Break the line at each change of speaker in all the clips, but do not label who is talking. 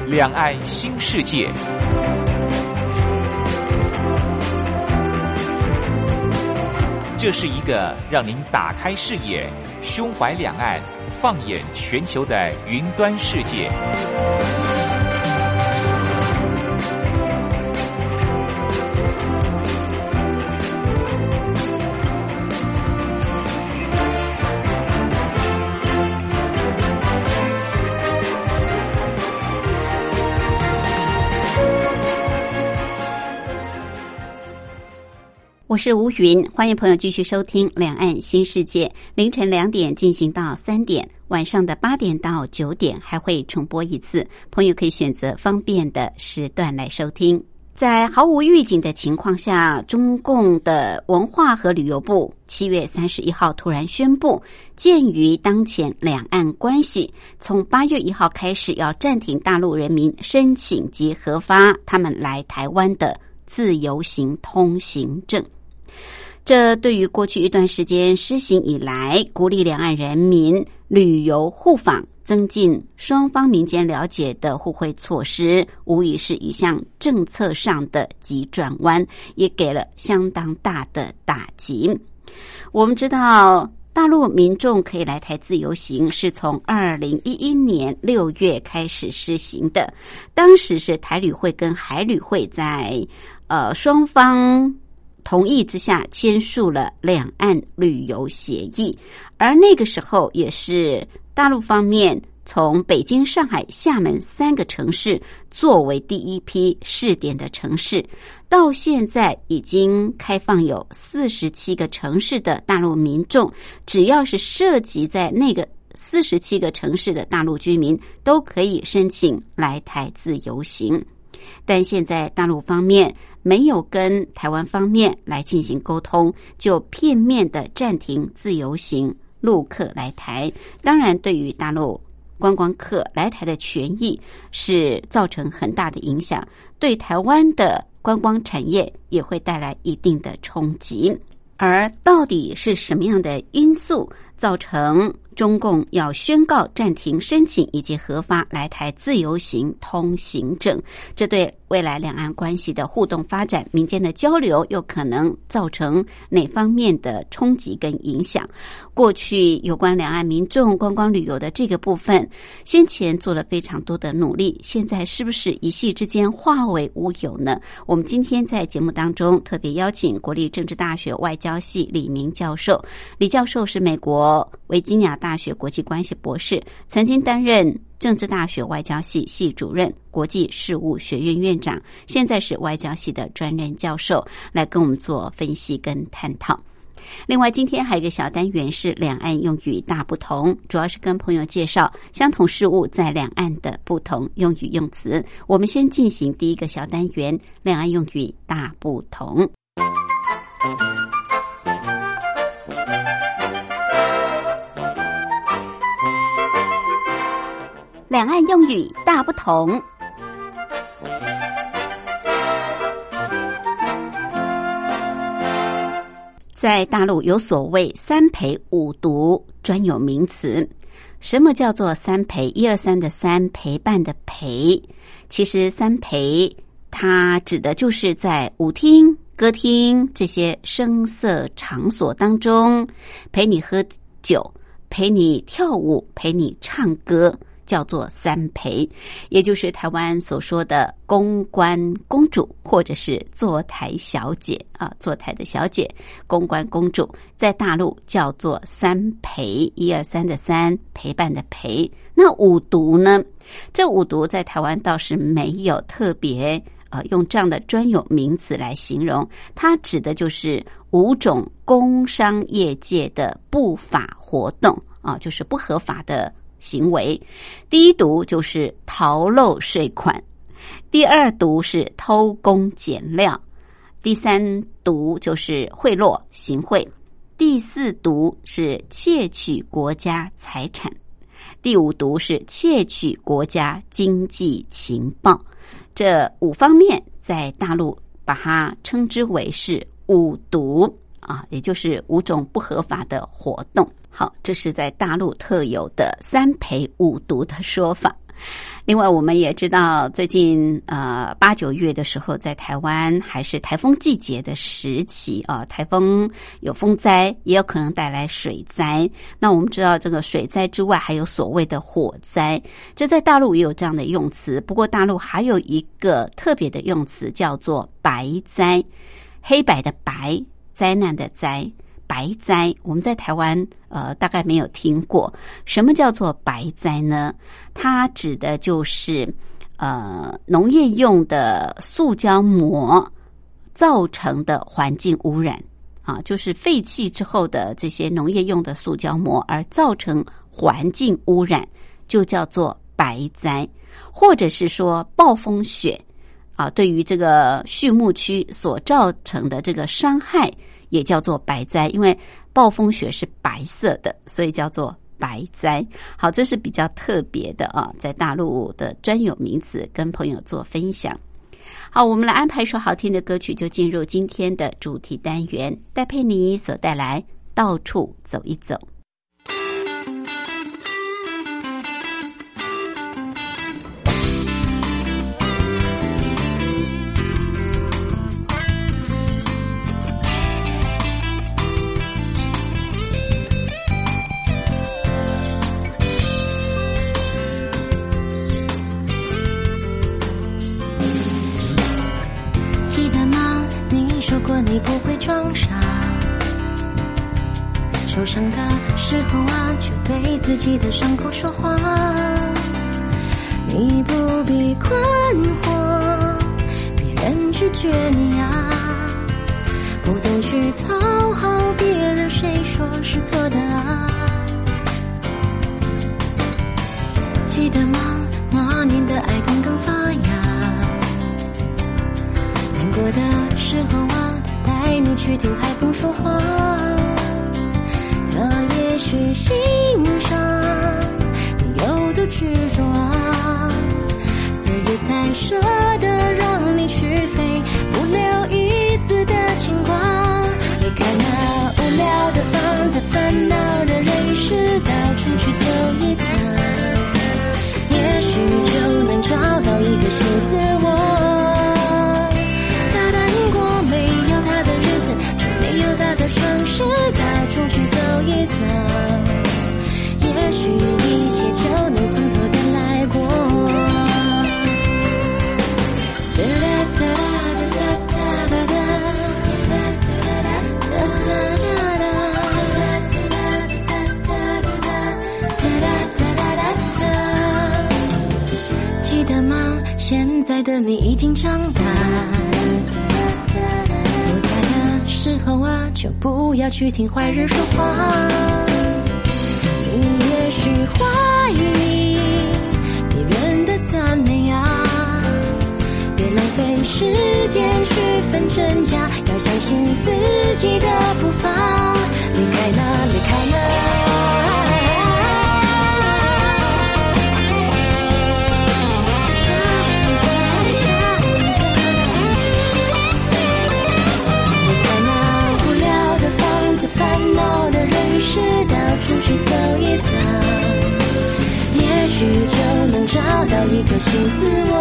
两岸新世界，这是一个让您打开视野、胸怀两岸、放眼全球的云端世界。
我是吴云，欢迎朋友继续收听两岸新世界，凌晨2点进行到3点，晚上的8点到9点还会重播一次，朋友可以选择方便的时段来收听。在毫无预警的情况下，中共的文化和旅游部7月31号突然宣布，鉴于当前两岸关系，从8月1号开始要暂停大陆人民申请及核发他们来台湾的自由行通行证。这对于过去一段时间施行以来，鼓励两岸人民旅游互访，增进双方民间了解的互惠措施，无疑是一项政策上的急转弯，也给了相当大的打击。我们知道，大陆民众可以来台自由行是从2011年6月开始施行的，当时是台旅会跟海旅会在双方同意之下签署了两岸旅游协议，而那个时候也是大陆方面从北京、上海、厦门3个城市作为第一批试点的城市，到现在已经开放有47个城市的大陆民众，只要是涉及在那个47个城市的大陆居民都可以申请来台自由行。但现在大陆方面没有跟台湾方面来进行沟通，就片面的暂停自由行陆客来台，当然对于大陆观光客来台的权益是造成很大的影响，对台湾的观光产业也会带来一定的冲击。而到底是什么样的因素造成中共要宣告暂停申请以及核发来台自由行通行证，这对未来两岸关系的互动发展、民间的交流有可能造成哪方面的冲击跟影响？过去有关两岸民众观光旅游的这个部分，先前做了非常多的努力，现在是不是一夕之间化为乌有呢？我们今天在节目当中特别邀请国立政治大学外交系李明教授，李教授是美国维吉尼亚大学国际关系博士，曾经担任政治大学外交系系主任、国际事务学院院长，现在是外交系的专任教授，来跟我们做分析跟探讨。另外今天还有一个小单元是两岸用语大不同，主要是跟朋友介绍相同事物在两岸的不同用语用词。我们先进行第一个小单元，两岸用语大不同。两岸用语大不同。在大陆有所谓3陪5读专有名词。什么叫做3陪？1、2、3的3，陪伴的陪。其实3陪它指的就是在舞厅、歌厅这些声色场所当中，陪你喝酒，陪你跳舞，陪你唱歌，叫做3陪，也就是台湾所说的公关公主或者是坐台小姐啊，坐台的小姐，公关公主，在大陆叫做3陪，1、2、3的3，陪伴的陪。那5读呢？这5读在台湾倒是没有特别用这样的专有名词来形容，它指的就是5种工商业界的不法活动啊，就是不合法的行为。第1读就是逃漏税款，第2读是偷工减料，第3读就是贿赂行贿，第4读是窃取国家财产，第5读是窃取国家经济情报。这5方面在大陆把它称之为是5毒啊，也就是5种不合法的活动。好，这是在大陆特有的3陪5读的说法。 另外我们也知道最近8、9月的时候，在台湾还是台风季节的时期啊，台风有风灾，也有可能带来水灾。那我们知道这个水灾之外还有所谓的火灾，这在大陆也有这样的用词，不过大陆还有一个特别的用词叫做白灾，黑白的白，灾难的灾，白灾。我们在台湾大概没有听过。什么叫做白灾呢？它指的就是农业用的塑胶膜造成的环境污染啊，就是废弃之后的这些农业用的塑胶膜而造成环境污染，就叫做白灾。或者是说暴风雪啊，对于这个畜牧区所造成的这个伤害也叫做白灾，因为暴风雪是白色的，所以叫做白灾。好，这是比较特别的啊，在大陆的专有名词，跟朋友做分享。好，我们来安排一首好听的歌曲，就进入今天的主题单元，戴佩妮所带来到处走一走。
你不会装傻，受伤的时候啊，就对自己的伤口说话。你不必困惑，别人拒绝你啊，不懂去讨好别人，谁说是错的啊？记得吗？那年的爱刚刚发芽，难过的时候啊，带你去听海风说话，他也许欣赏你有多执着啊，所以才舍得让你去飞，不留一丝的牵挂。离开那无聊的房子，烦恼的人世，到处去走一趟，也许就能找到一个新自我。城市到处去走一走，也许一切就能从头的来过。记得吗？现在的你已经长大，时候啊，就不要去听坏人说话。你也许怀疑别人的赞美啊，别浪费时间去分真假，要相信自己的步伐。离开了，离开了。烦恼的人世，到处去走一走，也许就能找到一个新自我。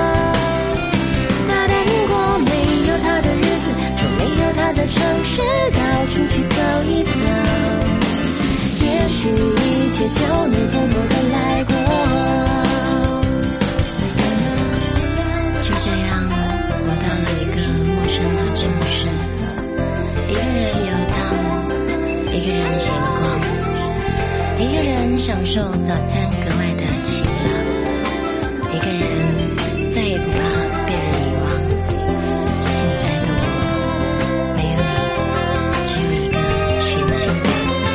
大胆过没有他的日子，就没有他的城市，到处去走一走，也许一切就能从头的来过。就这样，我到了一个陌生的城市，一个人游荡，一个人闲逛，一个人享受早餐格外的清朗，一个人再也不怕被人遗忘。现在的我没有你，只有一个全新的自己。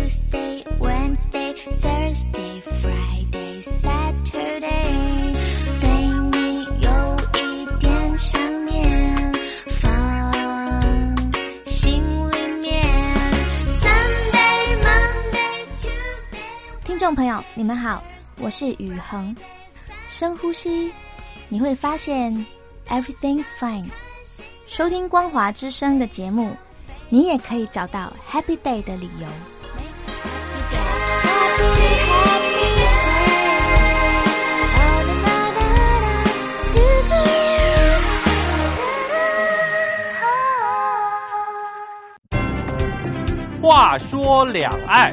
Tuesday, Wednesday, Thursday, Friday, Saturday， 对你有一点想念，放心里面。Sunday, Monday, Tuesday。听众朋友，你们好，我是雨恒。深呼吸，你会发现 everything's fine。收听光华之声的节目，你也可以找到 Happy Day 的理由。
话说两岸。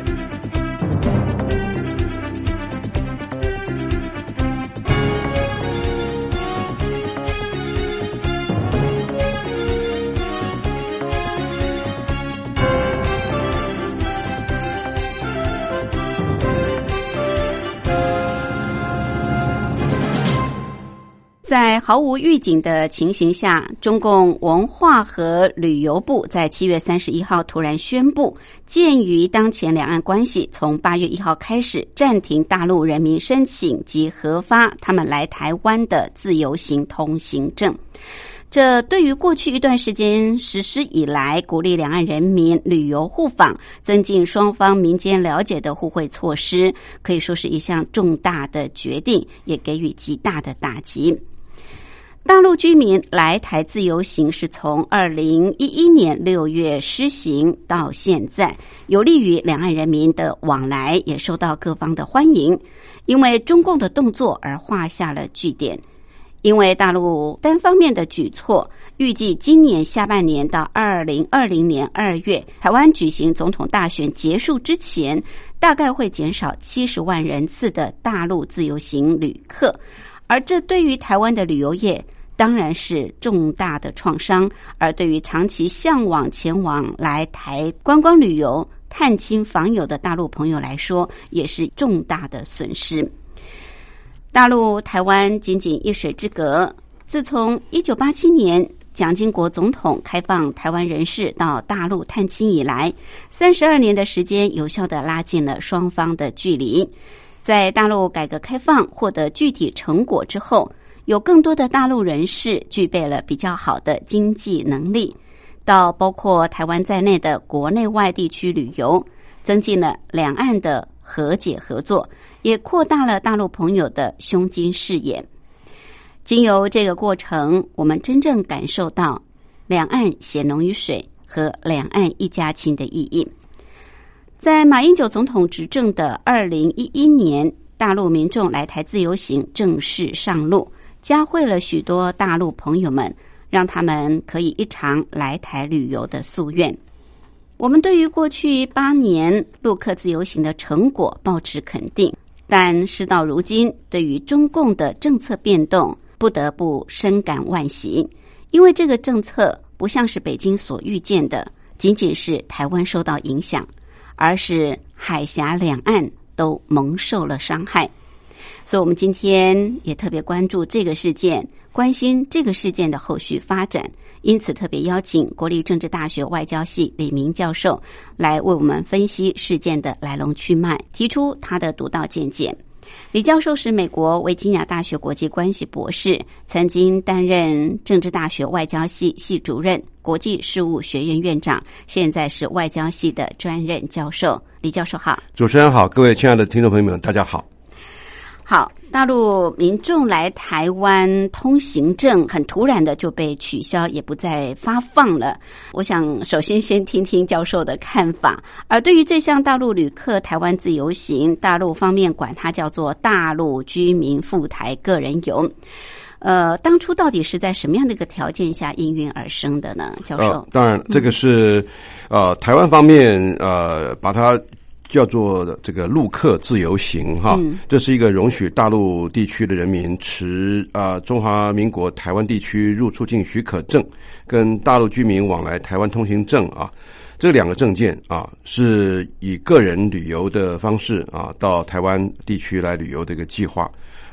在毫无预警的情形下，中共文化和旅游部在7月31号突然宣布，鉴于当前两岸关系，从8月1号开始暂停大陆人民申请及核发他们来台湾的自由行通行证。这对于过去一段时间实施以来鼓励两岸人民旅游互访，增进双方民间了解的互惠措施，可以说是一项重大的决定，也给予极大的打击。大陆居民来台自由行是从2011年6月施行到现在，有利于两岸人民的往来，也受到各方的欢迎。因为中共的动作而画下了句点。因为大陆单方面的举措，预计今年下半年到2020年2月，台湾举行总统大选结束之前，大概会减少70万人次的大陆自由行旅客，而这对于台湾的旅游业当然是重大的创伤，而对于长期向往前往来台观光旅游、探亲访友的大陆朋友来说，也是重大的损失。大陆台湾仅仅一水之隔，自从1987年蒋经国总统开放台湾人士到大陆探亲以来，32年的时间有效地拉近了双方的距离。在大陆改革开放获得具体成果之后，有更多的大陆人士具备了比较好的经济能力，到包括台湾在内的国内外地区旅游，增进了两岸的和解合作，也扩大了大陆朋友的胸襟视野。经由这个过程，我们真正感受到两岸血浓于水和两岸一家亲的意义。在马英九总统执政的2011年，大陆民众来台自由行正式上路，嘉惠了许多大陆朋友们，让他们可以一尝来台旅游的夙愿。我们对于过去8年陆客自由行的成果抱持肯定，但事到如今，对于中共的政策变动，不得不深感惋惜。因为这个政策不像是北京所预见的，仅仅是台湾受到影响，而是海峡两岸都蒙受了伤害。所以我们今天也特别关注这个事件，关心这个事件的后续发展，因此特别邀请国立政治大学外交系李明教授来为我们分析事件的来龙去脉，提出他的独到见解。李教授是美国维吉尼亚大学国际关系博士，曾经担任政治大学外交系系主任、国际事务学院院长，现在是外交系的专任教授。李教授好。
主持人好，各位亲爱的听众朋友们大家好。
好，大陆民众来台湾通行证很突然的就被取消，也不再发放了。我想首先先听听教授的看法。而对于这项大陆旅客台湾自由行，大陆方面管它叫做大陆居民赴台个人游。当初到底是在什么样的一个条件下应运而生的呢？教授，
当然这个是台湾方面把它叫做这个陆客自由行哈，这是一个容许大陆地区的人民持中华民国台湾地区入出境许可证跟大陆居民往来台湾通行证这两个证件是以个人旅游的方式到台湾地区来旅游的一个计划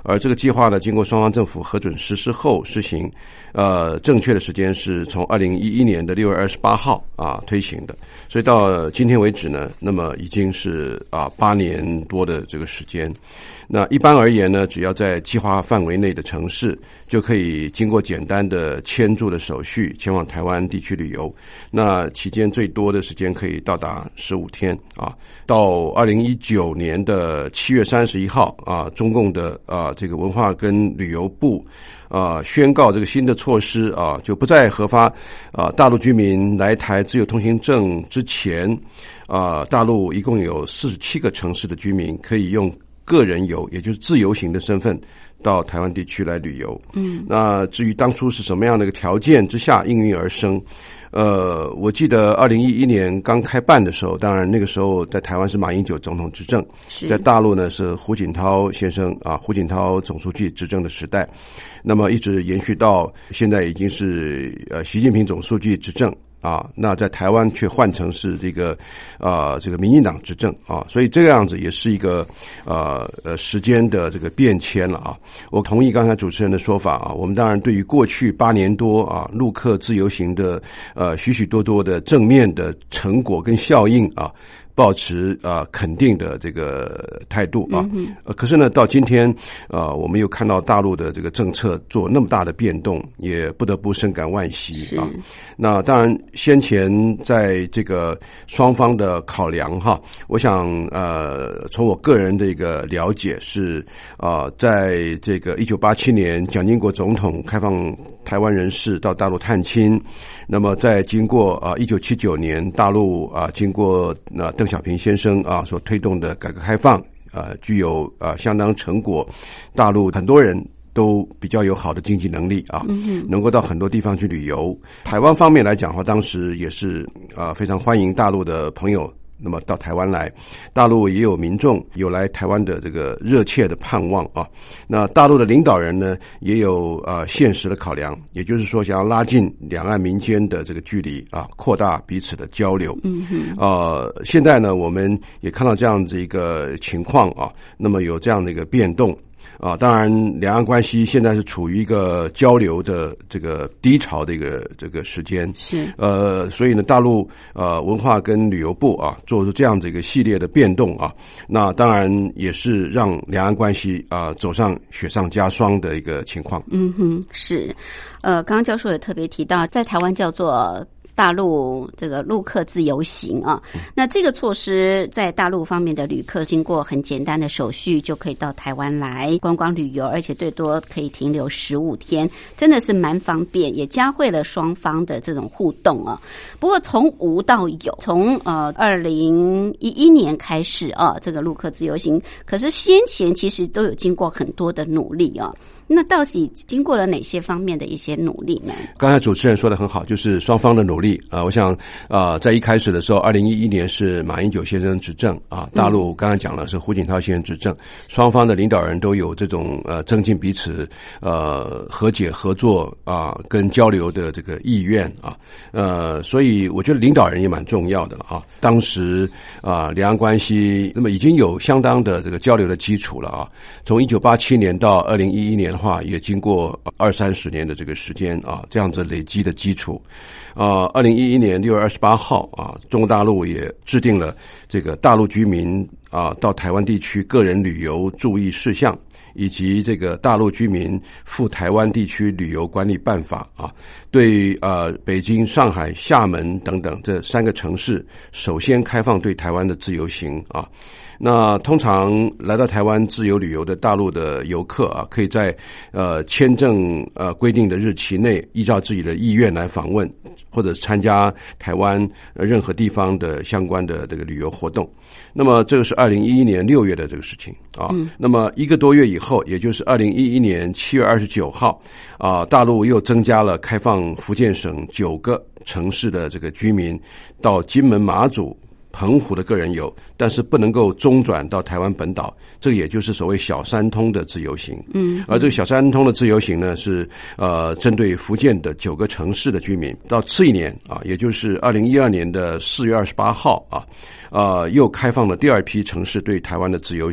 而这个计划呢，经过双方政府核准实施后施行，正确的时间是从2011年的6月28号推行的，所以到今天为止呢，那么已经是8年多的这个时间。那一般而言呢，只要在计划范围内的城市，就可以经过简单的签注的手续前往台湾地区旅游。那期间最多的时间可以到达15天到2019年的7月31号中共的这个文化跟旅游部宣告这个新的措施就不再核发大陆居民来台自由通行证之前大陆一共有47个城市的居民可以用个人游，也就是自由行的身份到台湾地区来旅游。那至于当初是什么样的一个条件之下应运而生，我记得2011年刚开办的时候，当然那个时候在台湾是马英九总统执政，在大陆呢是胡锦涛先生胡锦涛总书记执政的时代，那么一直延续到现在已经是习近平总书记执政。那在台湾却换成是这个民进党执政所以这个样子也是一个时间的这个变迁了我同意刚才主持人的说法我们当然对于过去8年多陆客自由行的许许多多的正面的成果跟效应抱持肯定的这个态度可是呢，到今天我们又看到大陆的这个政策做那么大的变动，也不得不深感惋惜那当然，先前在这个双方的考量我想从我个人的一个了解是在这个1987年蒋经国总统开放台湾人士到大陆探亲，那么在经过1979年大陆经过邓小平先生所推动的改革开放具有相当成果，大陆很多人都比较有好的经济能力能够到很多地方去旅游。台湾方面来讲的话，当时也是非常欢迎大陆的朋友那么到台湾来，大陆也有民众有来台湾的这个热切的盼望那大陆的领导人呢，也有现实的考量，也就是说想要拉近两岸民间的这个距离扩大彼此的交流。现在呢，我们也看到这样子一个情况那么有这样的一个变动。当然两岸关系现在是处于一个交流的这个低潮的这个时间
是
所以呢大陆文化跟旅游部做出这样子一个系列的变动那当然也是让两岸关系走上雪上加霜的一个情况。
是刚刚教授也特别提到，在台湾叫做大陆这个陆客自由行那这个措施在大陆方面的旅客经过很简单的手续就可以到台湾来观光旅游，而且最多可以停留15天，真的是蛮方便，也加惠了双方的这种互动不过从无到有，从2011年开始这个陆客自由行，可是先前其实都有经过很多的努力那到底经过了哪些方面的一些努力呢？
刚才主持人说得很好，就是双方的努力我想在一开始的时候2011年是马英九先生执政大陆刚才讲了是胡锦涛先生执政，双方的领导人都有这种增进彼此和解合作跟交流的这个意愿所以我觉得领导人也蛮重要的了当时两岸关系那么已经有相当的这个交流的基础了从1987年到2011年的话也经过20-30年的这个时间这样子累积的基础2011年6月28号中国大陆也制定了这个大陆居民到台湾地区个人旅游注意事项，以及这个大陆居民赴台湾地区旅游管理办法对北京、上海、厦门等等这3个城市首先开放对台湾的自由行那通常来到台湾自由旅游的大陆的游客可以在签证规定的日期内，依照自己的意愿来访问或者参加台湾任何地方的相关的这个旅游活动。那么这个是2011年6月的这个事情那么1个多月以后，也就是2011年7月29号大陆又增加了开放福建省9个城市的这个居民到金门、马祖、澎湖的个人游，但是不能够中转到台湾本岛，这个也就是所谓小三通的自由行而这个小三通的自由行呢是针对福建的9个城市的居民。到次一年也就是2012年的4月28号又开放了第2批城市对台湾的自由行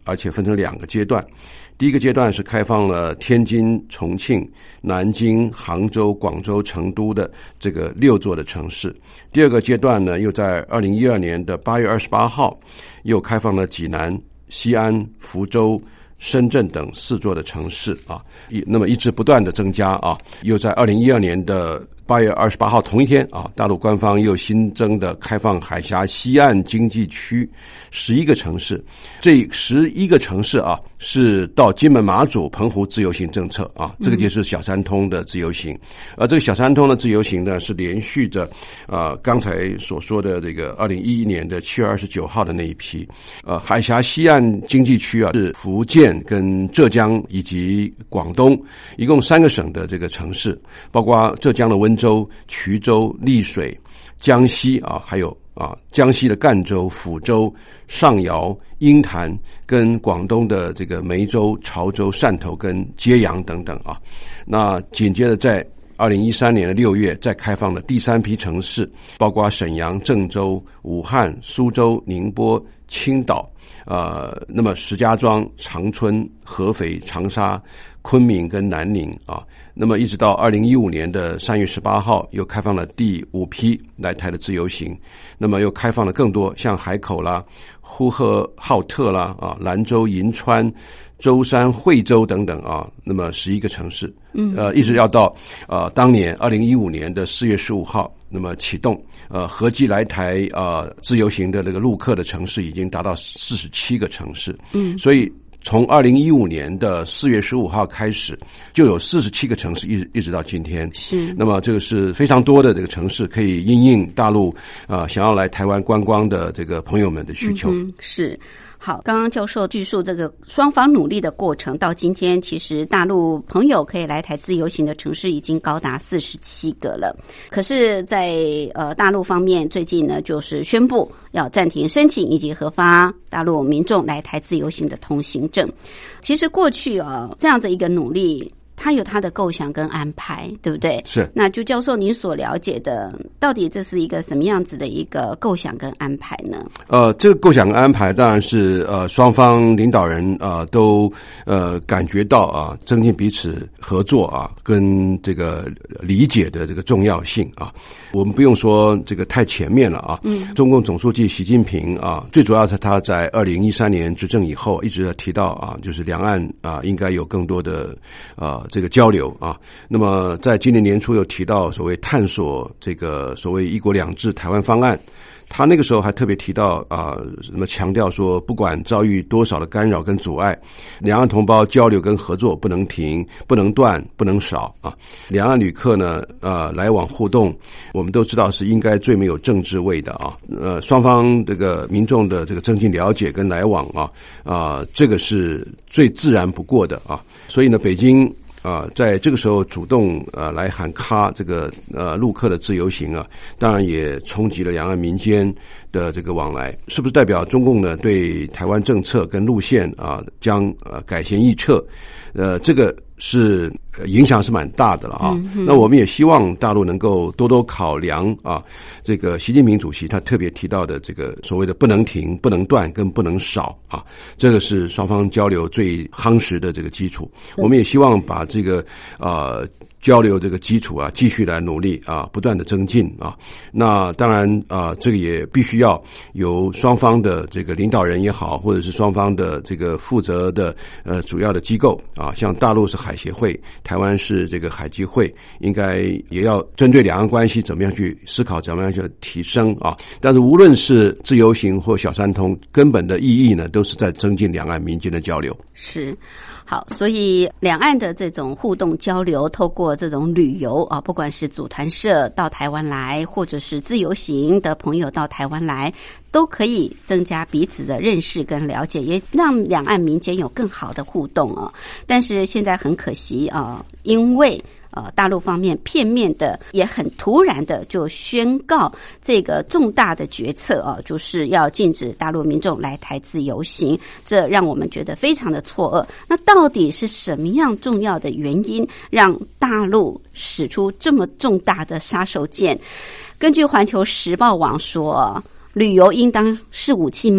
而且分成2个阶段。第一个阶段是开放了天津、重庆、南京、杭州、广州、成都的这个6座的城市。第二个阶段呢，又在2012年的8月28号又开放了济南、西安、福州、深圳等4座的城市啊，那么一直不断的增加啊，又在2012年的8月28号同一天啊，大陆官方又新增的开放海峡西岸经济区11个城市，这11个城市啊是到金门、马祖、澎湖自由行政策啊，这个就是小三通的自由行，这个小三通的自由行呢是连续着刚才所说的这个2011年的7月29号的那一批，海峡西岸经济区啊是福建跟浙江以及广东，一共3个省的这个城市，包括浙江的温州、衢州、丽水、江西啊，还有江西的赣州、抚州、上饶、鹰潭，跟广东的这个梅州、潮州、汕头跟揭阳等等啊。那紧接着在2013年的6月再开放了第3批城市，包括沈阳、郑州、武汉、苏州、宁波、青岛，那么石家庄、长春、合肥、长沙、昆明跟南宁啊。那么一直到2015年的3月18号又开放了第5批来台的自由行，那么又开放了更多，像海口啦、呼和浩特啦兰州、银川、舟山、惠州等等啊，那么11个城市，一直要到当年2015年的4月15号，那么启动，合计来台自由行的这个陆客的城市已经达到47个城市，所以从2015年的4月15号开始，就有47个城市一直到今天。是，那么这个是非常多的这个城市，可以因应大陆想要来台湾观光的这个朋友们的需求。
是。好，刚刚教授叙述这个双方努力的过程，到今天其实大陆朋友可以来台自由行的城市已经高达47个了。可是在大陆方面最近呢就是宣布要暂停申请以及核发大陆民众来台自由行的通行证。其实过去这样的一个努力，他有他的构想跟安排，对不对？
是。
那就教授您所了解的，到底这是一个什么样子的一个构想跟安排呢？
这个构想跟安排当然是双方领导人都感觉到增进彼此合作跟这个理解的这个重要性啊。我们不用说这个太前面了啊。中共总书记习近平最主要是他在2013年执政以后一直提到就是两岸应该有更多的这个交流啊。那么在今年年初又提到所谓探索这个所谓一国两制台湾方案，他那个时候还特别提到什么强调说，不管遭遇多少的干扰跟阻碍，两岸同胞交流跟合作不能停、不能断、不能少啊。两岸旅客呢来往互动，我们都知道是应该最没有政治味的啊。双方这个民众的这个增进了解跟来往这个是最自然不过的啊。所以呢，北京在这个时候主动来喊卡这个陆客的自由行当然也冲击了两岸民间的这个往来，是不是代表中共呢对台湾政策跟路线将改弦易辙？这个是影响是蛮大的了啊。那我们也希望大陆能够多多考量这个习近平主席他特别提到的这个所谓的不能停、不能断跟不能少这个是双方交流最夯实的这个基础。我们也希望把这个交流这个基础继续来努力不断的增进那当然这个也必须要由双方的这个领导人也好，或者是双方的这个负责的主要的机构像大陆是海协会，台湾是这个海基会，应该也要针对两岸关系怎么样去思考，怎么样去提升但是无论是自由行或小三通，根本的意义呢都是在增进两岸民间的交流。
是。好，所以两岸的这种互动交流，透过这种旅游不管是组团社到台湾来，或者是自由行的朋友到台湾来，都可以增加彼此的认识跟了解，也让两岸民间有更好的互动但是现在很可惜因为大陆方面片面的也很突然的就宣告这个重大的决策就是要禁止大陆民众来台自由行，这让我们觉得非常的错愕。那到底是什么样重要的原因让大陆使出这么重大的杀手锏？根据环球时报网说，旅游应当是武器吗？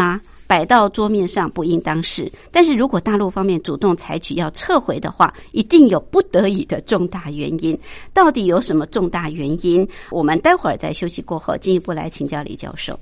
摆到桌面上不应当是，但是如果大陆方面主动采取要撤回的话，一定有不得已的重大原因。到底有什么重大原因？我们待会儿在休息过后进一步来请教李教授。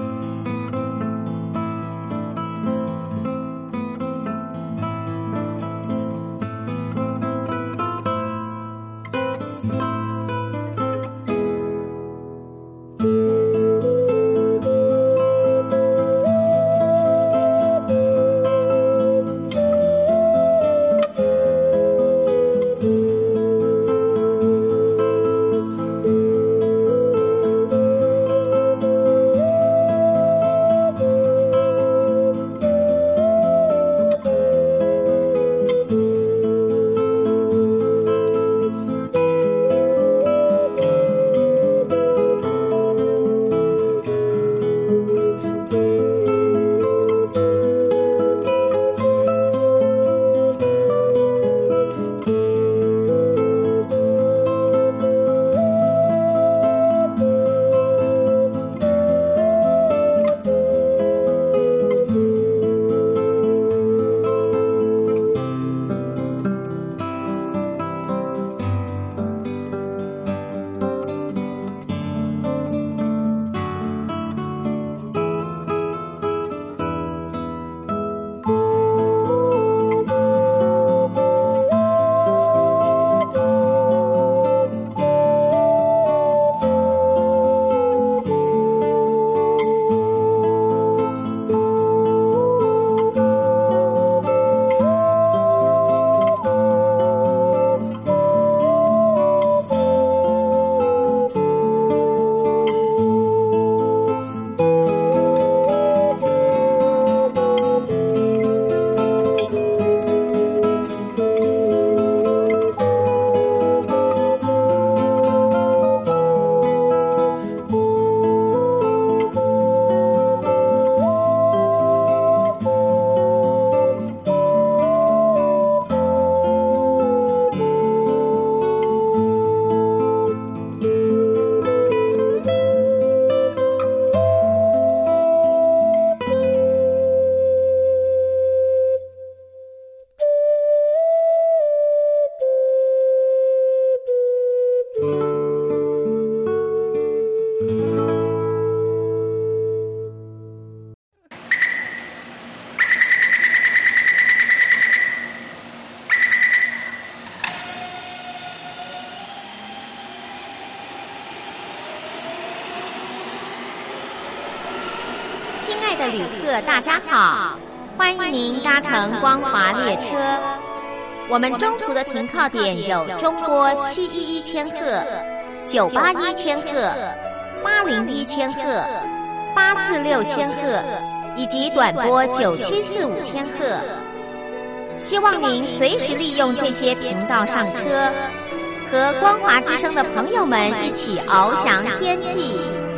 亲爱的旅客，大家好，欢迎您搭乘光华列车。我们中途的停靠点有中波711千赫、981千赫、801千赫、846千赫以及短波9745千赫。希望您随时利用这些频道上车，和光华之声的朋友们一起翱翔天际。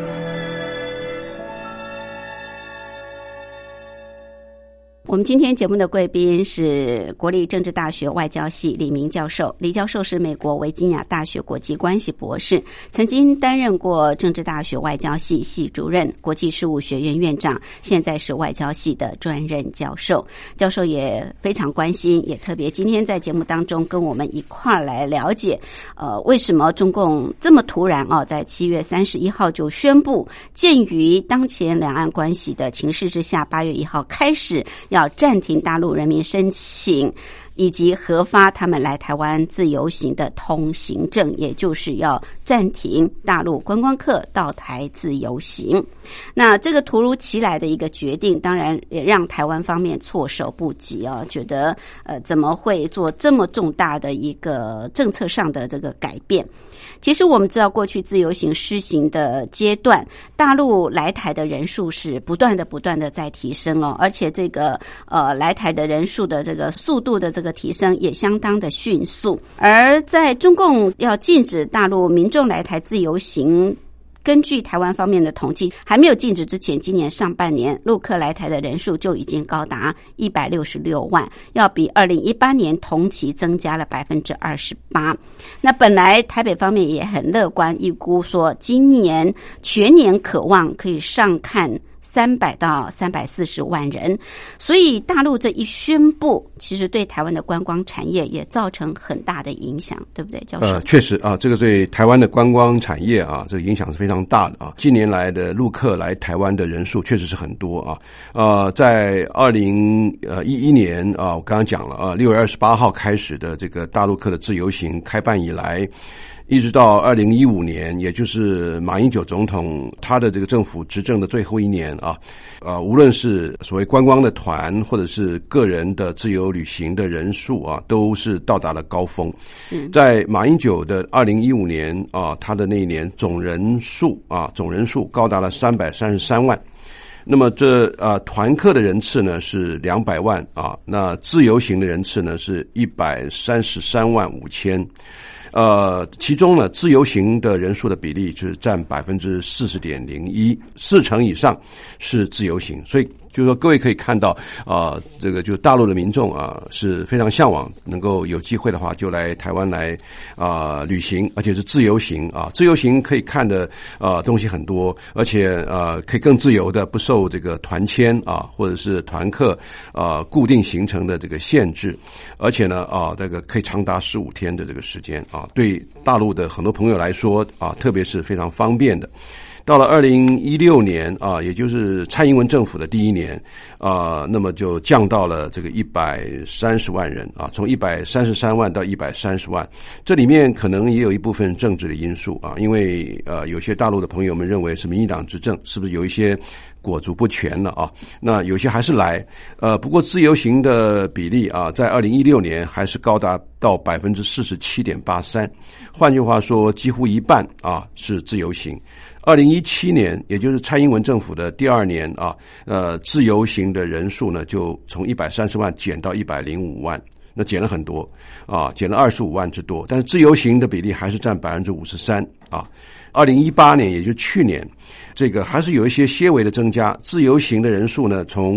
我们今天节目的贵宾是国立政治大学外交系李明教授。李教授是美国维吉尼亚大学国际关系博士，曾经担任过政治大学外交系系主任、国际事务学院院长，现在是外交系的专任教授。教授也非常关心，也特别今天在节目当中跟我们一块儿来了解，为什么中共这么突然在7月31号就宣布，鉴于当前两岸关系的情势之下，8月1号开始要暂停大陆人民申请以及核发他们来台湾自由行的通行证，也就是要暂停大陆观光客到台自由行。那这个突如其来的一个决定，当然也让台湾方面措手不及觉得怎么会做这么重大的一个政策上的这个改变。其实我们知道，过去自由行施行的阶段，大陆来台的人数是不断的在提升而且这个来台的人数的这个速度的这个提升也相当的迅速。而在中共要禁止大陆民众来台自由行，根据台湾方面的统计，还没有禁止之前，今年上半年陆客来台的人数就已经高达166万，要比2018年同期增加了28%。那本来台北方面也很乐观，预估说今年全年可望可以上看 300到340万人。所以大陆这一宣布，其实对台湾的观光产业也造成很大的影响，对不对，教授？
确实啊，这个对台湾的观光产业啊，这个影响是非常大的啊。近年来的陆客来台湾的人数确实是很多啊。在2011年啊，我刚刚讲了啊，6月28号开始的这个大陆客的自由行开办以来，一直到2015年，也就是马英九总统他的这个政府执政的最后一年啊，无论是所谓观光的团或者是个人的自由旅行的人数啊，都是到达了高峰。在马英九的2015年啊，他的那一年总人数高达了333万。那么团客的人次呢是200万啊，那自由行的人次呢是133万5千。其中呢，自由行的人数的比例就是占 40.01%， 40%以上是自由行，所以就是说各位可以看到这个就是大陆的民众是非常向往能够有机会的话就来台湾来旅行，而且是自由行自由行可以看的东西很多，而且可以更自由的不受这个团签或者是团客固定行程的这个限制，而且呢这个可以长达15天的这个时间对大陆的很多朋友来说特别是非常方便的。到了2016年也就是蔡英文政府的第一年那么就降到了这个130万人从133万到130万。这里面可能也有一部分政治的因素因为有些大陆的朋友们认为是民进党执政，是不是有一些裹足不前了那有些还是来不过自由行的比例在2016年还是高达到 47.83%， 换句话说几乎一半是自由行。2017年也就是蔡英文政府的第二年自由行的人数呢就从130万减到105万，那减了很多减了25万之多，但是自由行的比例还是占 53%2018年也就是去年，这个还是有一些些微的增加，自由行的人数呢从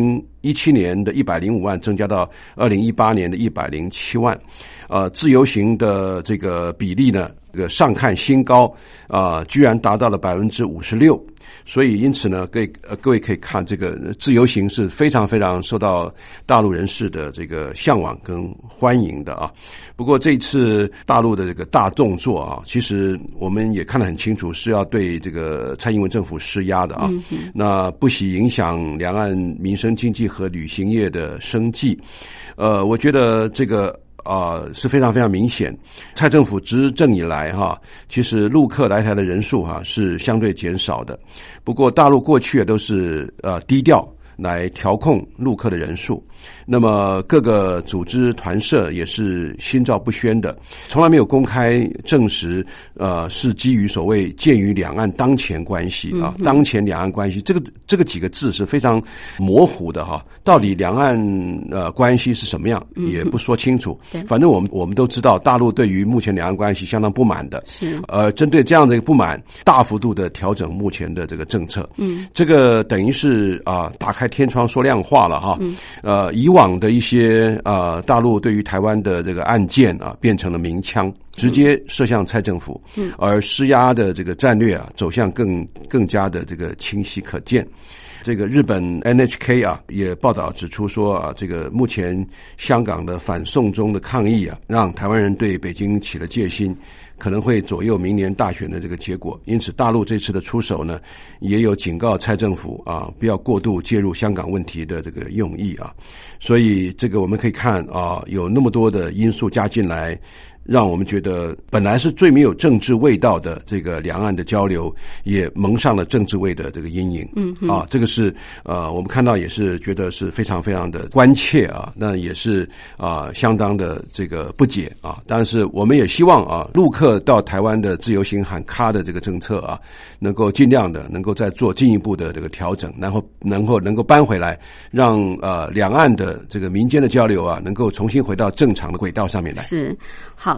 2017年的105万增加到2018年的107万自由行的这个比例呢这个上看新高居然达到了 56%， 所以因此呢各位可以看这个自由行是非常非常受到大陆人士的这个向往跟欢迎的不过这一次大陆的这个大动作其实我们也看得很清楚，是要对这个蔡英文政府施压的那不惜影响两岸民生经济和旅行业的生计我觉得这个是非常非常明显。蔡政府执政以来其实陆客来台的人数是相对减少的，不过大陆过去都是低调来调控陆客的人数，那么各个组织团社也是心照不宣的，从来没有公开证实是基于所谓鉴于两岸当前关系当前两岸关系这个几个字是非常模糊的到底两岸关系是什么样也不说清楚反正我们都知道大陆对于目前两岸关系相当不满的针对这样的一个不满大幅度的调整目前的这个政策这个等于是打开天窗说亮话了以往的一些大陆对于台湾的这个案件变成了明枪，直接射向蔡政府而施压的这个战略走向更加的这个清晰可见。这个日本 NHK 也报道指出说这个目前香港的反送中的抗议让台湾人对北京起了戒心，可能会左右明年大选的这个结果。因此大陆这次的出手呢也有警告蔡政府不要过度介入香港问题的这个用意所以这个我们可以看有那么多的因素加进来，让我们觉得本来是最没有政治味道的这个两岸的交流也蒙上了政治味的这个阴影这个是我们看到也是觉得是非常非常的关切那也是相当的这个不解但是我们也希望陆客到台湾的自由行喊卡的这个政策能够尽量的能够再做进一步的这个调整，然后能够搬回来，让两岸的这个民间的交流能够重新回到正常的轨道上面来。
是好。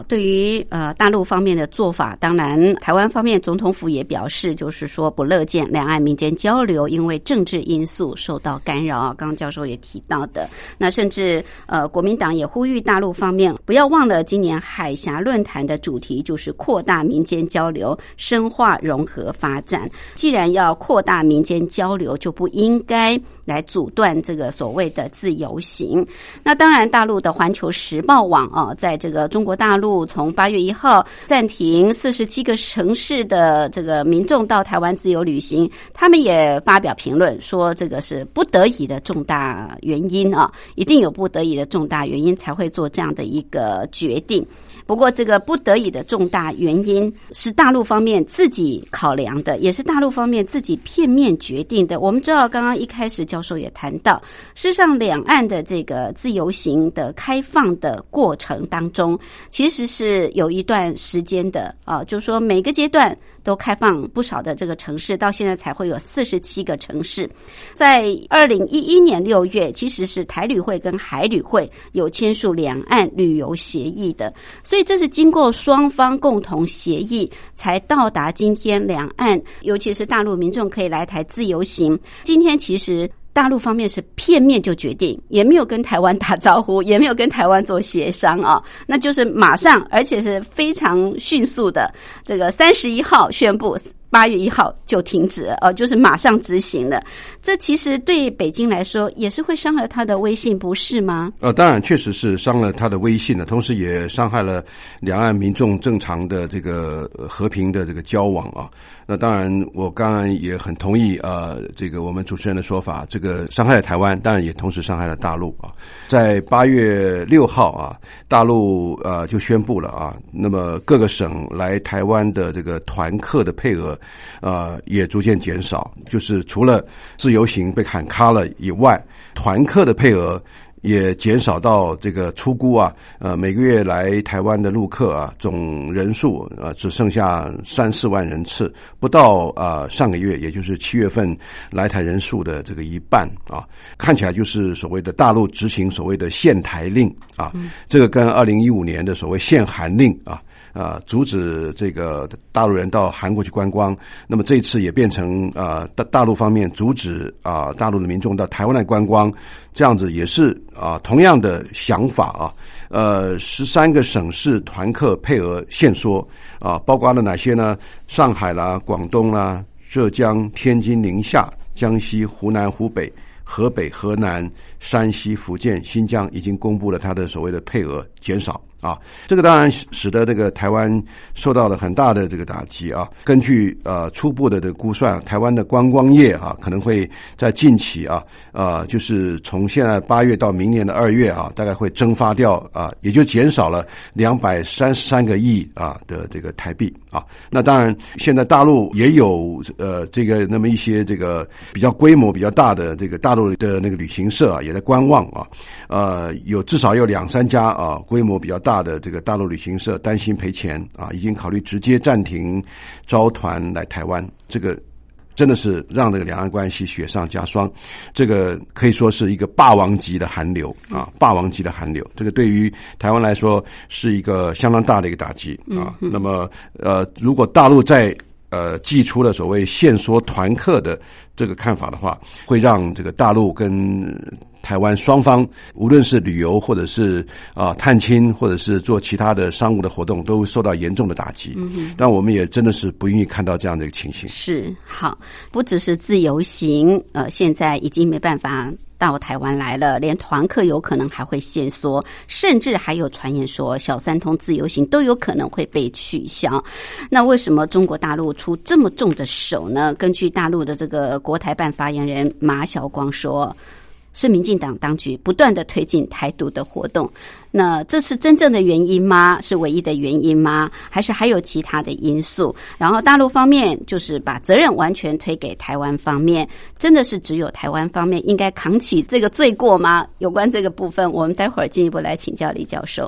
好，对于大陆方面的做法，当然台湾方面总统府也表示，就是说不乐见两岸民间交流因为政治因素受到干扰啊。刚刚教授也提到的，那甚至国民党也呼吁大陆方面不要忘了，今年海峡论坛的主题就是扩大民间交流，深化融合发展。既然要扩大民间交流，就不应该来阻断这个所谓的自由行。那当然，大陆的环球时报网在这个中国大陆从8月1号暂停47个城市的这个民众到台湾自由旅行，他们也发表评论说，这个是不得已的重大原因啊，一定有不得已的重大原因才会做这样的一个决定。不过这个不得已的重大原因是大陆方面自己考量的，也是大陆方面自己片面决定的。我们知道刚刚一开始教授也谈到，事实上两岸的这个自由行的开放的过程当中，其实是有一段时间的就是说每个阶段都开放不少的这个城市，到现在才会有47个城市。在2011年6月，其实是台旅会跟海旅会有签署两岸旅游协议的，所以这是经过双方共同协议才到达今天两岸，尤其是大陆民众可以来台自由行。今天其实大陆方面是片面就决定，也没有跟台湾打招呼，也没有跟台湾做协商那就是马上，而且是非常迅速的，这个31号宣布8月1号就停止了就是马上执行了。这其实对北京来说也是会伤了他的威信，不是吗？
当然确实是伤了他的威信的，同时也伤害了两岸民众正常的这个和平的这个交往啊。那当然我刚刚也很同意这个我们主持人的说法，这个伤害了台湾，当然也同时伤害了大陆啊。在8月6号大陆就宣布了那么各个省来台湾的这个团客的配额也逐渐减少，就是除了自由行被砍卡了以外，团客的配额也减少到这个初估每个月来台湾的陆客总人数只剩下3-4万人次，不到上个月也就是7月份来台人数的这个一半看起来就是所谓的大陆执行所谓的限台令这个跟2015年的所谓限韩令阻止这个大陆人到韩国去观光，那么这一次也变成大陆方面阻止大陆的民众到台湾来观光，这样子也是同样的想法13个省市团客配额限缩包括了哪些呢？上海啦、广东啦、浙江、天津、宁夏、江西、湖南、湖北、河北、河南、山西、福建、新疆已经公布了它的所谓的配额减少这个当然使得这个台湾受到了很大的这个打击根据初步的这个估算，台湾的观光业可能会在近期就是从现在8月到明年的2月大概会蒸发掉也就减少了233个亿的这个台币那当然现在大陆也有这个那么一些这个比较规模比较大的这个大陆的那个旅行社也在观望有至少有2-3家规模比较大的这个大陆旅行社担心赔钱已经考虑直接暂停招团来台湾，这个真的是让这个两岸关系雪上加霜，这个可以说是一个霸王级的寒流霸王级的寒流，这个对于台湾来说是一个相当大的一个打击那么如果大陆在寄出了所谓限缩团客的这个看法的话，会让这个大陆跟台湾双方无论是旅游或者是探亲或者是做其他的商务的活动都受到严重的打击但我们也真的是不愿意看到这样的一个情形。
是，好，不只是自由行现在已经没办法到台湾来了，连团客有可能还会限缩，甚至还有传言说小三通自由行都有可能会被取消。那为什么中国大陆出这么重的手呢？根据大陆的这个国台办发言人马晓光说，是民进党当局不断的推进台独的活动。那这是真正的原因吗？是唯一的原因吗？还是还有其他的因素？然后大陆方面就是把责任完全推给台湾方面，真的是只有台湾方面应该扛起这个罪过吗？有关这个部分，我们待会儿进一步来请教李教授。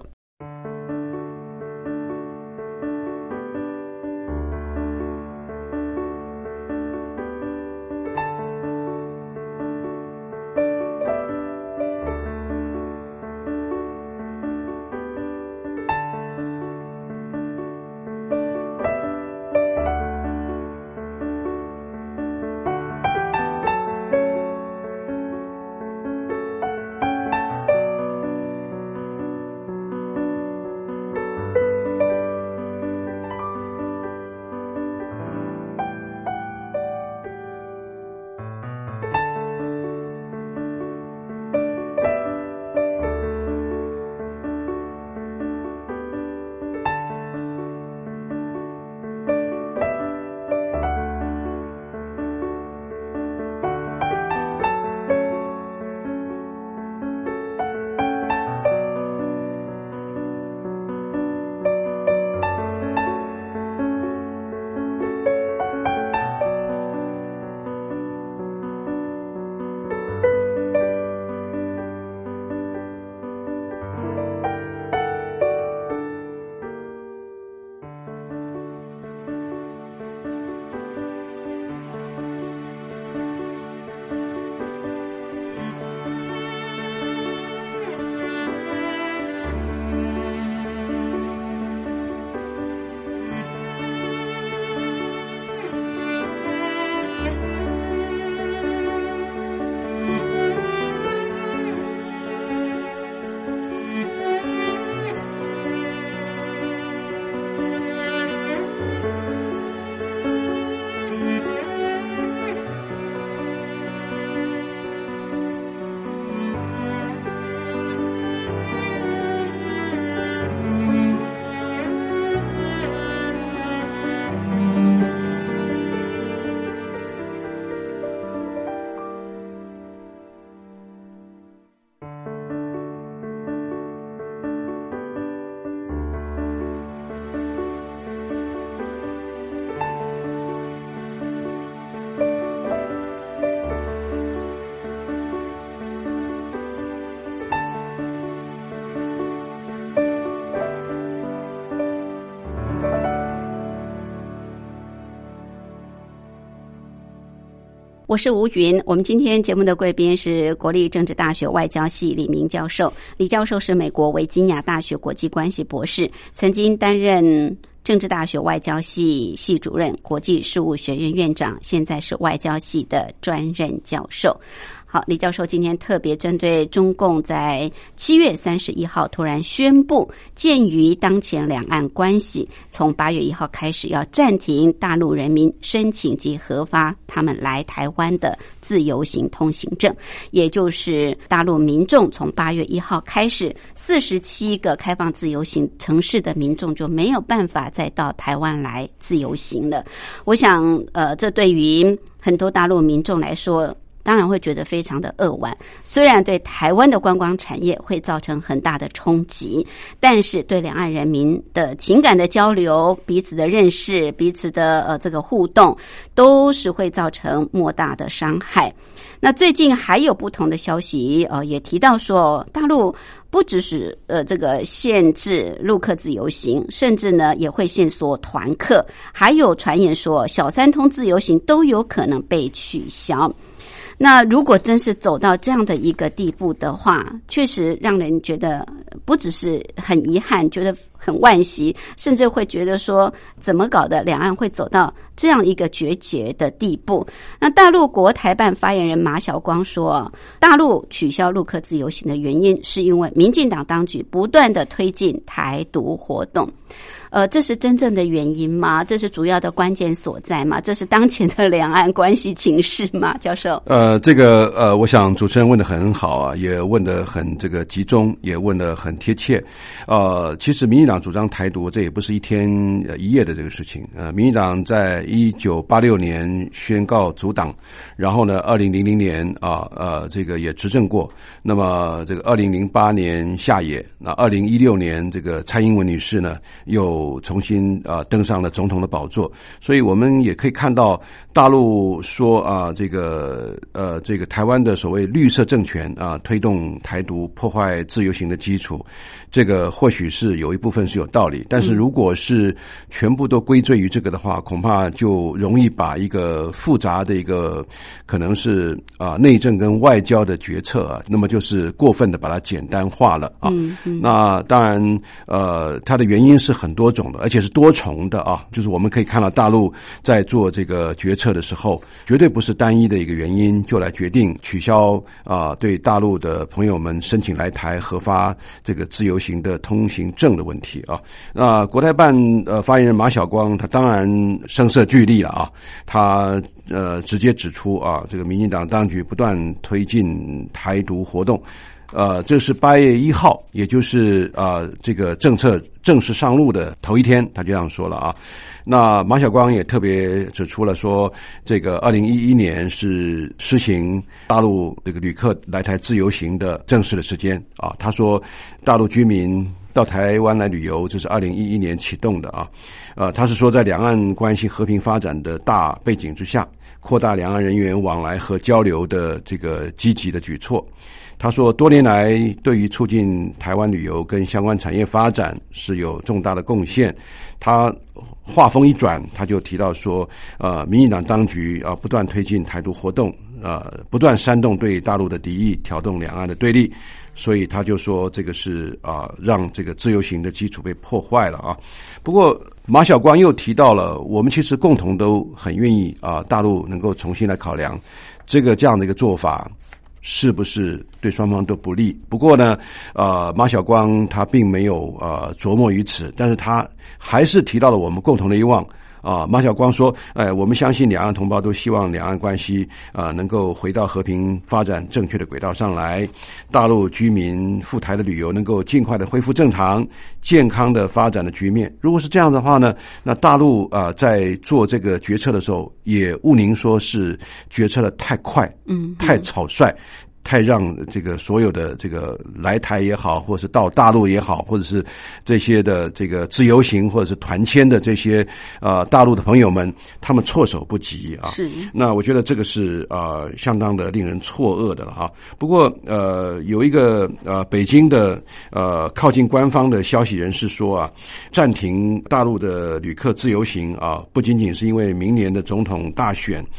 我是吴云。我们今天节目的贵宾是国立政治大学外交系李明教授。李教授是美国维吉尼亚大学国际关系博士，曾经担任政治大学外交系系主任、国际事务学院院长，现在是外交系的专任教授。好，李教授今天特别针对中共在7月31号突然宣布，鉴于当前两岸关系，从8月1号开始要暂停大陆人民申请及核发他们来台湾的自由行通行证，也就是大陆民众从8月1号开始，47个开放自由行城市的民众就没有办法再到台湾来自由行了。我想这对于很多大陆民众来说当然会觉得非常的扼腕，虽然对台湾的观光产业会造成很大的冲击，但是对两岸人民的情感的交流、彼此的认识、彼此的这个互动，都是会造成莫大的伤害。那最近还有不同的消息，也提到说，大陆不只是这个限制陆客自由行，甚至呢也会限缩团客，还有传言说小三通自由行都有可能被取消。那如果真是走到这样的一个地步的话，确实让人觉得不只是很遗憾，觉得很惋惜，甚至会觉得说怎么搞的两岸会走到这样一个决绝的地步。那大陆国台办发言人马晓光说，大陆取消陆客自由行的原因是因为民进党当局不断的推进台独活动。这是真正的原因吗？这是主要的关键所在吗？这是当前的两岸关系情势吗？教授？
我想主持人问得很好啊，也问得很这个集中，也问得很贴切。其实民进党主张台独，这也不是一天一夜的这个事情。民进党在1986年宣告阻挡，然后呢，2000年这个也执政过。那么这个2008年下野，那2016年这个蔡英文女士呢又重新登上了总统的宝座，所以我们也可以看到大陆说这个台湾的所谓绿色政权推动台独破坏自由行的基础，这个或许是有一部分是有道理，但是如果是全部都归罪于这个的话，恐怕就容易把一个复杂的一个可能是内政跟外交的决策那么就是过分的把它简单化了那当然它的原因是很多种的，而且是多重的就是我们可以看到大陆在做这个决策的时候，绝对不是单一的一个原因就来决定取消对大陆的朋友们申请来台核发这个自由行的通行证的问题那国台办发言人马晓光他当然声色俱厉了他直接指出这个民进党当局不断推进台独活动。这是8月1号，也就是这个政策正式上路的头一天，他就这样说了那马晓光也特别指出了说，这个2011年是施行大陆这个旅客来台自由行的正式的时间他说大陆居民到台湾来旅游，这是2011年启动的他是说在两岸关系和平发展的大背景之下，扩大两岸人员往来和交流的这个积极的举措。他说多年来对于促进台湾旅游跟相关产业发展是有重大的贡献。他话锋一转，他就提到说民进党当局不断推进台独活动，不断煽动对大陆的敌意，挑动两岸的对立，所以他就说这个是让这个自由行的基础被破坏了不过马晓光又提到了，我们其实共同都很愿意大陆能够重新来考量这样的一个做法是不是对双方都不利。不过呢马晓光他并没有琢磨于此，但是他还是提到了我们共同的希望马晓光说我们相信两岸同胞都希望两岸关系能够回到和平发展正确的轨道上来，大陆居民赴台的旅游能够尽快的恢复正常健康的发展的局面。如果是这样的话呢，那大陆在做这个决策的时候也勿宁说是决策的太快太草率，太让这个所有的这个来台也好，或者是到大陆也好，或者是这些的这个自由行或者是团签的这些大陆的朋友们，他们措手不及是。那我觉得这个是相当的令人错愕的了不过有一个北京的靠近官方的消息人士说暂停大陆的旅客自由行不仅仅是因为明年的总统大选。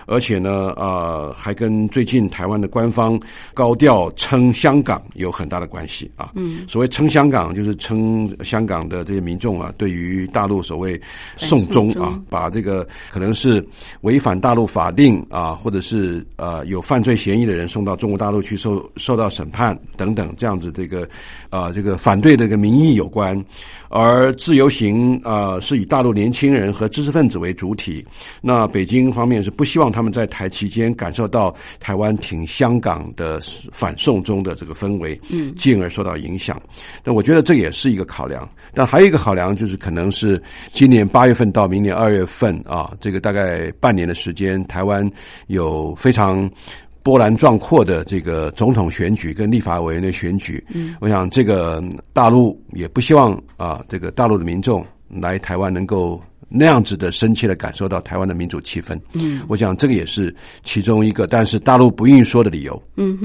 而且呢还跟最近台湾的官方高调称香港有很大的关系啊。所谓称香港就是称香港的这些民众啊，对于大陆所谓送中啊，把这个可能是违反大陆法令啊，或者是有犯罪嫌疑的人送到中国大陆去受到审判等等，这样子这个反对的一个民意有关。而自由行是以大陆年轻人和知识分子为主体，那北京方面是不希望他们在台期间感受到台湾挺香港的反送中的这个氛围，进而受到影响。但我觉得这也是一个考量。但还有一个考量就是可能是今年8月份到明年2月份啊，这个大概半年的时间，台湾有非常波澜壮阔的这个总统选举跟立法委员的选举，我想这个大陆也不希望这个大陆的民众来台湾能够那样子的深切的感受到台湾的民主气氛。我想这个也是其中一个，但是大陆不愿意说的理由。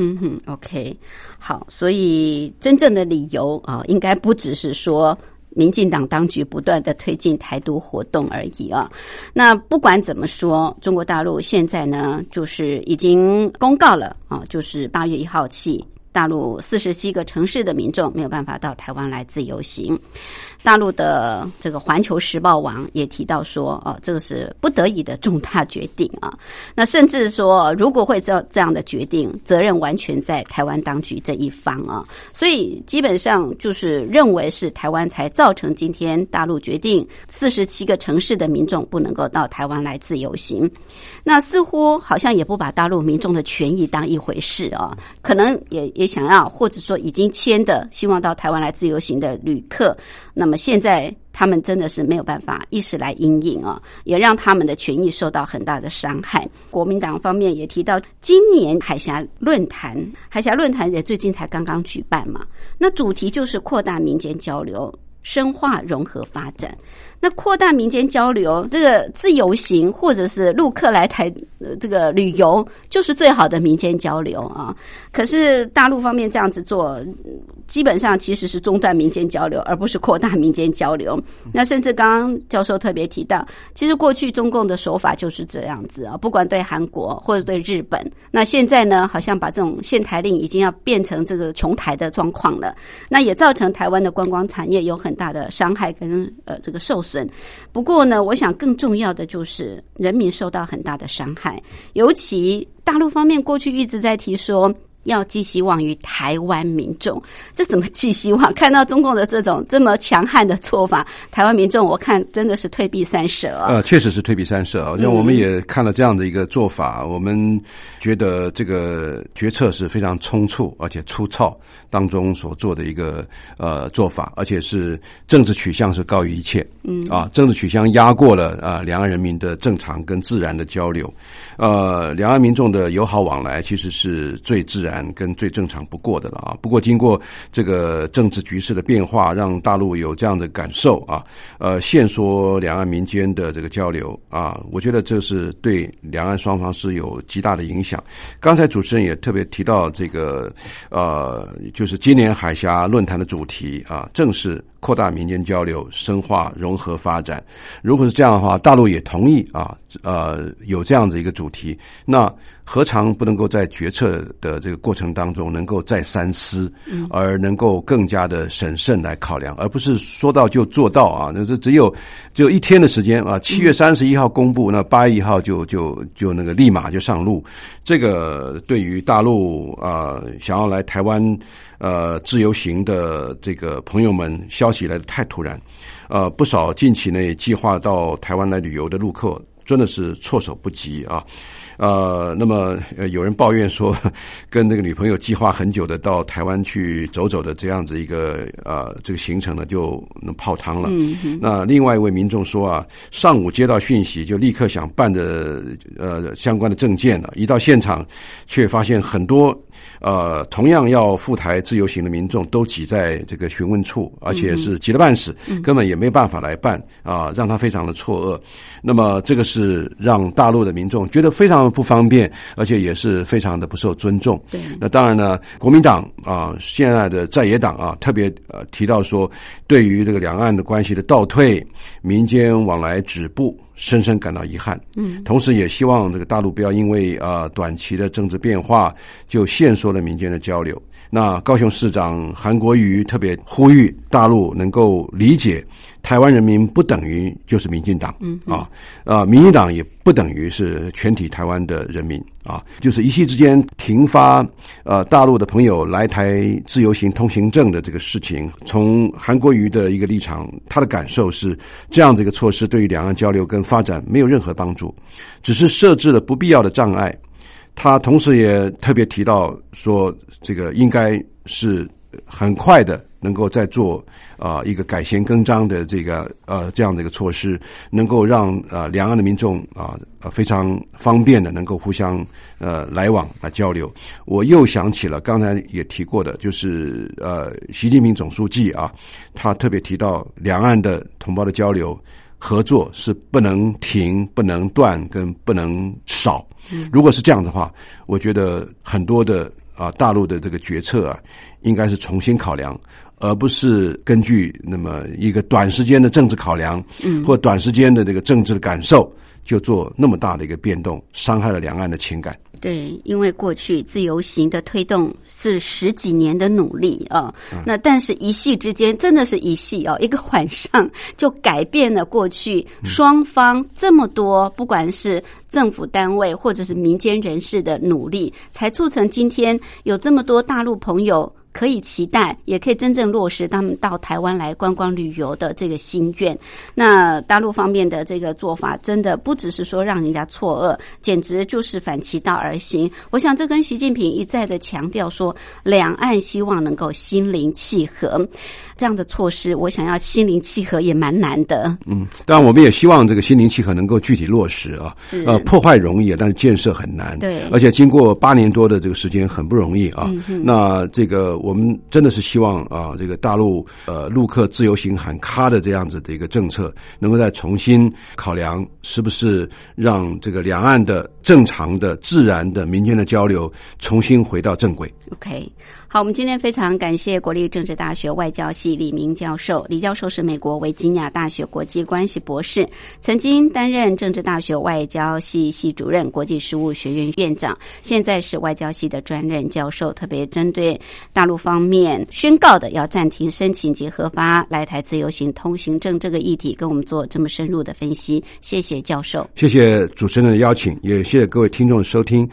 OK， 好，所以真正的理由应该不只是说民进党当局不断的推进台独活动而已啊。那不管怎么说，中国大陆现在呢，就是已经公告了就是8月1号起，大陆47个城市的民众没有办法到台湾来自由行。大陆的这个环球时报网也提到说这个是不得已的重大决定啊。那甚至说如果会这样的决定，责任完全在台湾当局这一方啊。所以基本上就是认为是台湾才造成今天大陆决定47个城市的民众不能够到台湾来自由行。那似乎好像也不把大陆民众的权益当一回事啊。可能也想要，或者说已经签的希望到台湾来自由行的旅客，那么现在他们真的是没有办法一时来因应啊，也让他们的权益受到很大的伤害。国民党方面也提到，今年海峡论坛也最近才刚刚举办嘛，那主题就是扩大民间交流，深化融合发展。那扩大民间交流，这个自由行或者是陆客来台这个旅游，就是最好的民间交流啊。可是大陆方面这样子做，基本上其实是中断民间交流，而不是扩大民间交流。那甚至刚刚教授特别提到，其实过去中共的手法就是这样子啊，不管对韩国或者对日本，那现在呢，好像把这种限台令已经要变成这个穷台的状况了。那也造成台湾的观光产业有很大的伤害跟这个受损。不过呢，我想更重要的就是人民受到很大的伤害，尤其大陆方面过去一直在提说要寄希望于台湾民众，这怎么寄希望？看到中共的这种这么强悍的做法，台湾民众我看真的是退避三舍啊。
确实是退避三舍啊。像我们也看了这样的一个做法，我们觉得这个决策是非常冲促而且粗糙当中所做的一个做法，而且是政治取向是高于一切。政治取向压过了两岸人民的正常跟自然的交流。两岸民众的友好往来其实是最自然跟最正常不过的了啊。不过经过这个政治局势的变化，让大陆有这样的感受啊，限缩两岸民间的这个交流啊，我觉得这是对两岸双方是有极大的影响。刚才主持人也特别提到这个就是今年海峡论坛的主题啊，正是扩大民间交流，深化融合发展。如果是这样的话，大陆也同意有这样的一个主题，那何尝不能够在决策的这个过程当中能够再三思，而能够更加的审慎来考量，而不是说到就做到啊。那只有一天的时间啊，7月31号公布，那8月1号就那个立马就上路。这个对于大陆想要来台湾自由行的这个朋友们，消息来得太突然。不少近期呢也计划到台湾来旅游的陆客真的是措手不及啊。那么有人抱怨说，跟那个女朋友计划很久的到台湾去走走的这样子一个这个行程呢，就能泡汤了。那另外一位民众说啊，上午接到讯息就立刻想办的相关的证件了，一到现场却发现很多同样要赴台自由行的民众都挤在这个询问处，而且是挤得半死，根本也没办法来办啊，让他非常的错愕。那么这个是让大陆的民众觉得非常不方便，而且也是非常的不受尊重。
对，
那当然呢，国民党现在的在野党特别提到说，对于这个两岸的关系的倒退，民间往来止步， 深深感到遗憾。同时也希望这个大陆不要因为短期的政治变化就限缩了民间的交流。那高雄市长韩国瑜特别呼吁大陆能够理解，台湾人民不等于就是民进党，民进党也不等于是全体台湾的人民啊，就是一夕之间停发大陆的朋友来台自由行通行证的这个事情，从韩国瑜的一个立场，他的感受是这样的一个措施对于两岸交流跟发展没有任何帮助，只是设置了不必要的障碍。他同时也特别提到说，这个应该是很快的能够再做一个改弦更张的这样的一个措施，能够让两岸的民众非常方便的能够互相来往来交流。我又想起了刚才也提过的，就是习近平总书记他特别提到两岸的同胞的交流合作是不能停、不能断跟不能少。如果是这样的话，我觉得很多的大陆的这个决策应该是重新考量，而不是根据那么一个短时间的政治考量，或短时间的这个政治的感受，就做那么大的一个变动，伤害了两岸的情感。
对，因为过去自由行的推动是10几年的努力那但是一夕之间，真的是一夕一个晚上就改变了过去双方这么多不管是政府单位或者是民间人士的努力，才促成今天有这么多大陆朋友可以期待，也可以真正落实他们到台湾来观光旅游的这个心愿。那大陆方面的这个做法真的不只是说让人家错愕，简直就是反其道而行。我想这跟习近平一再的强调说，两岸希望能够心灵契合，这样的措施我想要心灵契合也蛮难的。
当然我们也希望这个心灵契合能够具体落实破坏容易，但是建设很难。
对，
而且经过8年多的这个时间很不容易那这个我们真的是希望这个大陆陆客自由行喊卡的这样子的一个政策能够再重新考量，是不是让这个两岸的正常的自然的民间的交流重新回到正轨。
OK， 好，我们今天非常感谢国立政治大学外交系李明教授。李教授是美国维吉尼亚大学国际关系博士，曾经担任政治大学外交系系主任、国际事务学院院长，现在是外交系的专任教授，特别针对大陆方面宣告的要暂停申请及核发来台自由行通行证这个议题，跟我们做这么深入的分析。谢谢教授。
谢谢主持人的邀请，也谢谢各位听众的收听。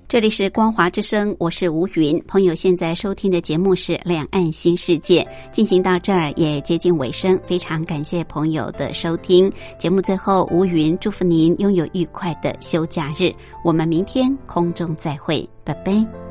这里是光华之声，我是吴云。朋友现在收听的节目是两岸新世界，进行到这儿也接近尾声，非常感谢朋友的收听。节目最后，吴云祝福您拥有愉快的休假日，我们明天空中再会，拜拜。